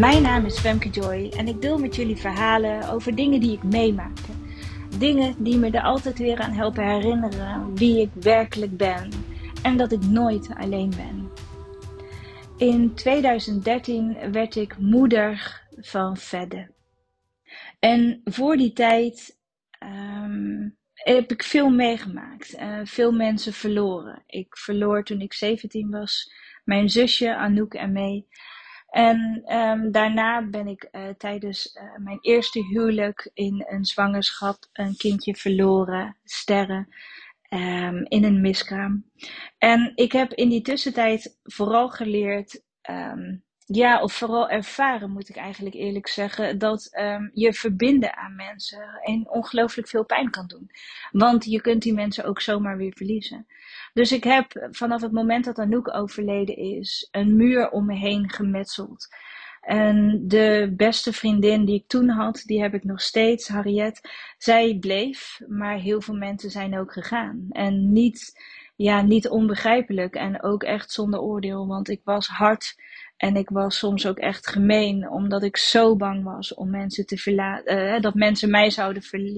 Mijn naam is Femke Joy en ik deel met jullie verhalen over dingen die ik meemaakte. Dingen die me er altijd weer aan helpen herinneren wie ik werkelijk ben en dat ik nooit alleen ben. In 2013 werd ik moeder van Fedde. En voor die tijd heb ik veel meegemaakt. Veel mensen verloren. Ik verloor toen ik 17 was mijn zusje Anouk en mee. En daarna ben ik tijdens mijn eerste huwelijk in een zwangerschap een kindje verloren, Sterre, in een miskraam. En ik heb in die tussentijd vooral geleerd, of vooral ervaren moet ik eigenlijk eerlijk zeggen, dat je verbinden aan mensen ongelooflijk veel pijn kan doen. Want je kunt die mensen ook zomaar weer verliezen. Dus ik heb vanaf het moment dat Anouk overleden is, een muur om me heen gemetseld. En de beste vriendin die ik toen had, die heb ik nog steeds, Harriet. Zij bleef, maar heel veel mensen zijn ook gegaan. En niet onbegrijpelijk en ook echt zonder oordeel, want ik was hard en ik was soms ook echt gemeen, omdat ik zo bang was om mensen te verlaten, dat mensen mij zouden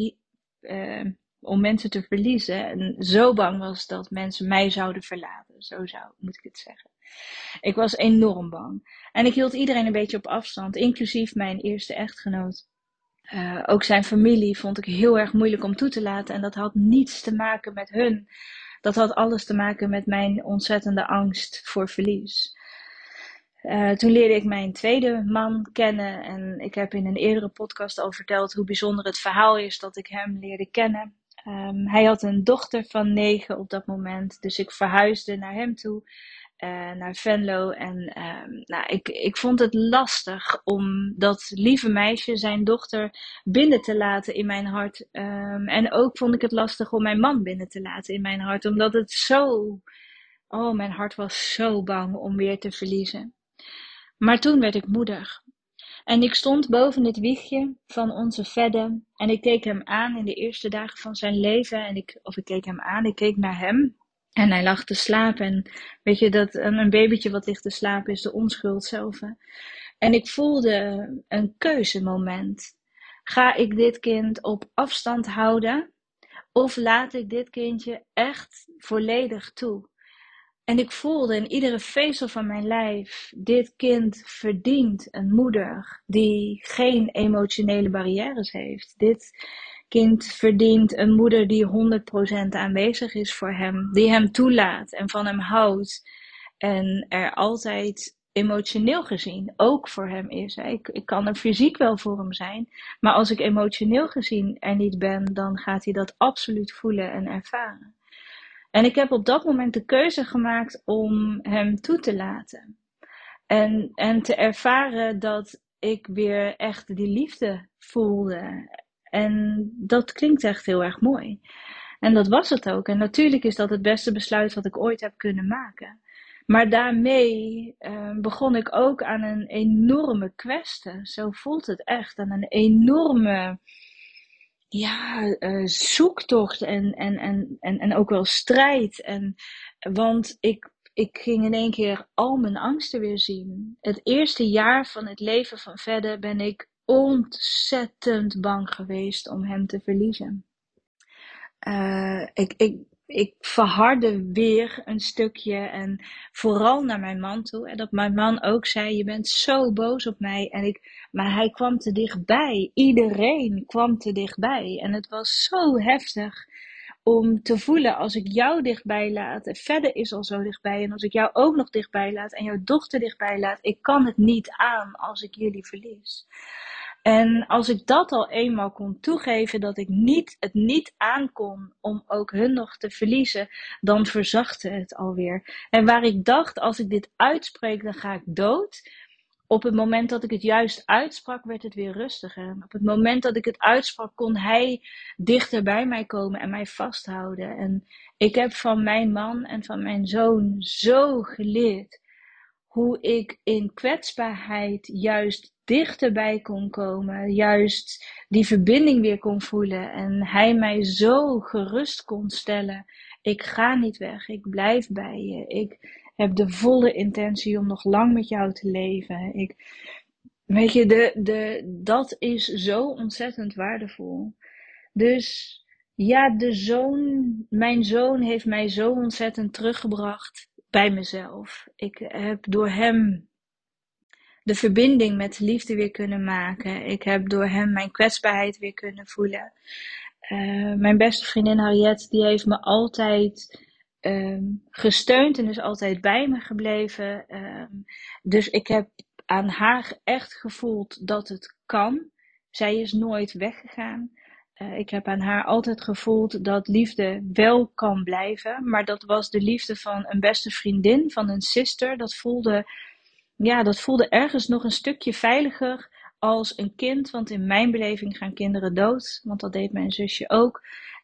om mensen te verliezen. En zo bang was dat mensen mij zouden verlaten. Moet ik het zeggen. Ik was enorm bang. En ik hield iedereen een beetje op afstand, inclusief mijn eerste echtgenoot. Ook zijn familie vond ik heel erg moeilijk om toe te laten. En dat had niets te maken met hun. Dat had alles te maken met mijn ontzettende angst voor verlies. Toen leerde ik mijn tweede man kennen. En ik heb in een eerdere podcast al verteld hoe bijzonder het verhaal is dat ik hem leerde kennen. Hij had een dochter van 9 op dat moment. Dus ik verhuisde naar hem toe. Naar Venlo. En ik vond het lastig om dat lieve meisje, zijn dochter, binnen te laten in mijn hart. En ook vond ik het lastig om mijn man binnen te laten in mijn hart. Omdat het mijn hart was zo bang om weer te verliezen. Maar toen werd ik moeder. En ik stond boven het wiegje van onze Fedde. En ik keek hem aan in de eerste dagen van zijn leven. Ik keek naar hem. En hij lag te slapen. En weet je, dat een babytje wat ligt te slapen is de onschuld zelf. En ik voelde een keuzemoment. Ga ik dit kind op afstand houden? Of laat ik dit kindje echt volledig toe? En ik voelde in iedere vezel van mijn lijf, dit kind verdient een moeder die geen emotionele barrières heeft. Dit kind verdient een moeder die 100% aanwezig is voor hem, die hem toelaat en van hem houdt. En er altijd emotioneel gezien ook voor hem is. Ik kan er fysiek wel voor hem zijn, maar als ik emotioneel gezien er niet ben, dan gaat hij dat absoluut voelen en ervaren. En ik heb op dat moment de keuze gemaakt om hem toe te laten. En te ervaren dat ik weer echt die liefde voelde. En dat klinkt echt heel erg mooi. En dat was het ook. En natuurlijk is dat het beste besluit wat ik ooit heb kunnen maken. Maar daarmee begon ik ook aan een enorme kwestie. Zo voelt het echt. Aan een enorme zoektocht en ook wel strijd. Want ik ging in één keer al mijn angsten weer zien. Het eerste jaar van het leven van Fedde ben ik ontzettend bang geweest om hem te verliezen. Ik verhardde weer een stukje en vooral naar mijn man toe. En dat mijn man ook zei, je bent zo boos op mij. Maar hij kwam te dichtbij. Iedereen kwam te dichtbij. En het was zo heftig om te voelen, als ik jou dichtbij laat, en verder is al zo dichtbij, en als ik jou ook nog dichtbij laat en jouw dochter dichtbij laat, ik kan het niet aan als ik jullie verlies. En als ik dat al eenmaal kon toegeven, dat ik het niet aankon om ook hun nog te verliezen, dan verzachtte het alweer. En waar ik dacht, als ik dit uitspreek, dan ga ik dood. Op het moment dat ik het juist uitsprak, werd het weer rustiger. En op het moment dat ik het uitsprak, kon hij dichter bij mij komen en mij vasthouden. En ik heb van mijn man en van mijn zoon zo geleerd hoe ik in kwetsbaarheid juist dichterbij kon komen, juist die verbinding weer kon voelen en hij mij zo gerust kon stellen. Ik ga niet weg, ik blijf bij je, ik heb de volle intentie om nog lang met jou te leven. weet je, dat is zo ontzettend waardevol. Dus ja, mijn zoon heeft mij zo ontzettend teruggebracht bij mezelf. Ik heb door hem de verbinding met de liefde weer kunnen maken. Ik heb door hem mijn kwetsbaarheid weer kunnen voelen. Mijn beste vriendin Harriet, die heeft me altijd gesteund en is altijd bij me gebleven. Dus ik heb aan haar echt gevoeld dat het kan. Zij is nooit weggegaan. Ik heb aan haar altijd gevoeld dat liefde wel kan blijven. Maar dat was de liefde van een beste vriendin, van een sister. Dat voelde ergens nog een stukje veiliger als een kind. Want in mijn beleving gaan kinderen dood. Want dat deed mijn zusje ook.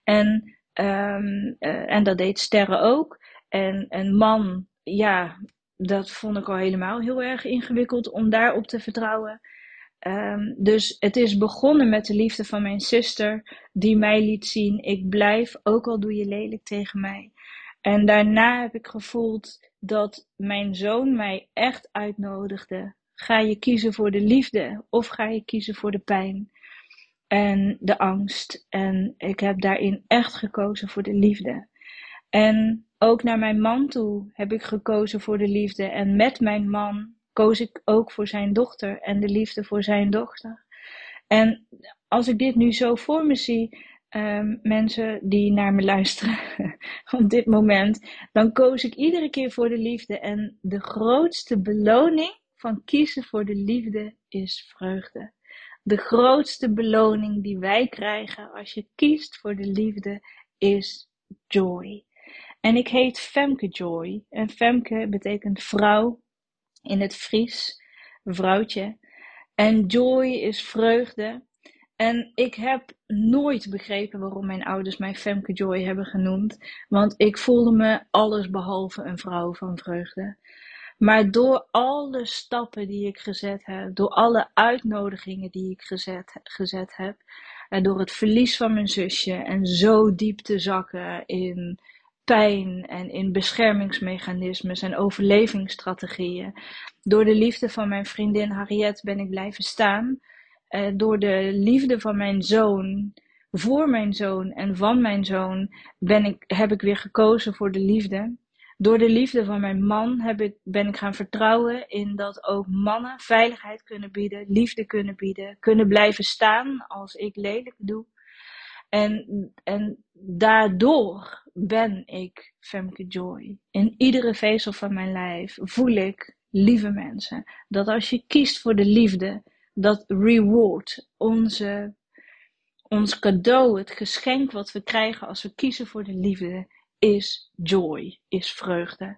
En dat deed Sterre ook. En een man, ja, dat vond ik al helemaal heel erg ingewikkeld om daarop te vertrouwen. Dus het is begonnen met de liefde van mijn zuster, die mij liet zien, ik blijf, ook al doe je lelijk tegen mij. En daarna heb ik gevoeld dat mijn zoon mij echt uitnodigde. Ga je kiezen voor de liefde of ga je kiezen voor de pijn en de angst? En ik heb daarin echt gekozen voor de liefde. En ook naar mijn man toe heb ik gekozen voor de liefde. En met mijn man koos ik ook voor zijn dochter en de liefde voor zijn dochter. En als ik dit nu zo voor me zie, mensen die naar me luisteren op dit moment, dan koos ik iedere keer voor de liefde. En de grootste beloning van kiezen voor de liefde is vreugde. De grootste beloning die wij krijgen als je kiest voor de liefde is joy. En ik heet Femke Joy. En Femke betekent vrouw in het Fries, vrouwtje. En joy is vreugde. En ik heb nooit begrepen waarom mijn ouders mij Femke Joy hebben genoemd. Want ik voelde me alles behalve een vrouw van vreugde. Maar door alle stappen die ik gezet heb, door alle uitnodigingen die ik gezet heb, en door het verlies van mijn zusje en zo diep te zakken in pijn en in beschermingsmechanismes en overlevingsstrategieën. Door de liefde van mijn vriendin Harriet ben ik blijven staan. Door de liefde van mijn zoon, voor mijn zoon en van mijn zoon, heb ik weer gekozen voor de liefde. Door de liefde van mijn man ben ik gaan vertrouwen in dat ook mannen veiligheid kunnen bieden, liefde kunnen bieden, kunnen blijven staan als ik lelijk doe. En daardoor ben ik Femke Joy. In iedere vezel van mijn lijf voel ik, lieve mensen, dat als je kiest voor de liefde, dat reward, ons cadeau, het geschenk wat we krijgen als we kiezen voor de liefde, is joy, is vreugde.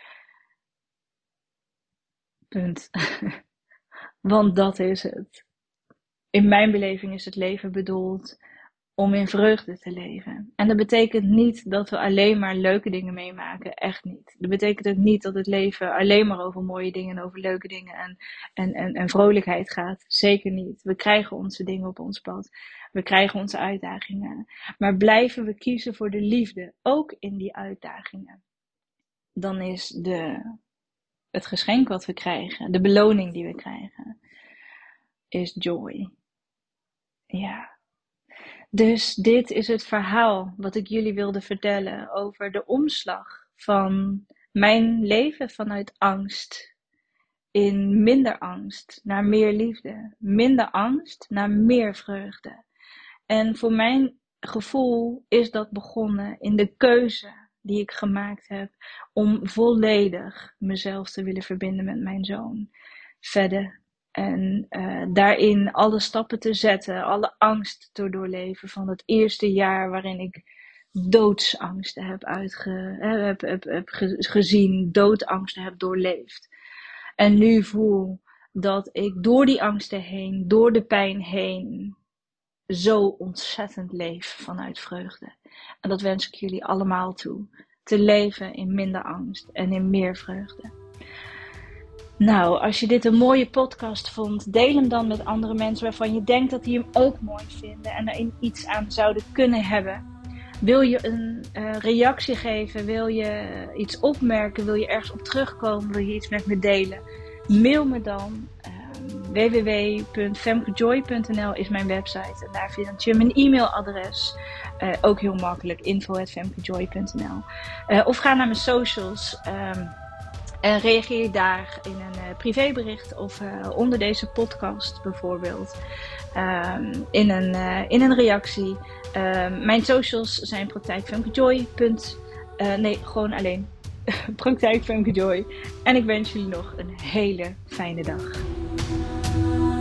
Punt. Want dat is het. In mijn beleving is het leven bedoeld om in vreugde te leven. En dat betekent niet dat we alleen maar leuke dingen meemaken. Echt niet. Dat betekent ook niet dat het leven alleen maar over mooie dingen en over leuke dingen en vrolijkheid gaat. Zeker niet. We krijgen onze dingen op ons pad. We krijgen onze uitdagingen. Maar blijven we kiezen voor de liefde, ook in die uitdagingen, dan is het geschenk wat we krijgen, de beloning die we krijgen, is joy. Ja. Dus dit is het verhaal wat ik jullie wilde vertellen over de omslag van mijn leven vanuit angst in minder angst naar meer liefde, minder angst naar meer vreugde. En voor mijn gevoel is dat begonnen in de keuze die ik gemaakt heb om volledig mezelf te willen verbinden met mijn zoon. Verder. En daarin alle stappen te zetten, alle angst te doorleven van het eerste jaar waarin ik doodsangsten heb gezien, doodangsten heb doorleefd. En nu voel dat ik door die angsten heen, door de pijn heen, zo ontzettend leef vanuit vreugde. En dat wens ik jullie allemaal toe. Te leven in minder angst en in meer vreugde. Nou, als je dit een mooie podcast vond, deel hem dan met andere mensen waarvan je denkt dat die hem ook mooi vinden en er iets aan zouden kunnen hebben. Wil je een reactie geven? Wil je iets opmerken? Wil je ergens op terugkomen? Wil je iets met me delen? Mail me dan. www.femkejoy.nl is mijn website. En daar vind je mijn e-mailadres. Ook heel makkelijk, info@femkejoy.nl. Of ga naar mijn socials en reageer daar in een privébericht of onder deze podcast bijvoorbeeld. In een reactie. Mijn socials zijn praktijkfemkejoy. Gewoon alleen praktijk Femke Joy. En ik wens jullie nog een hele fijne dag.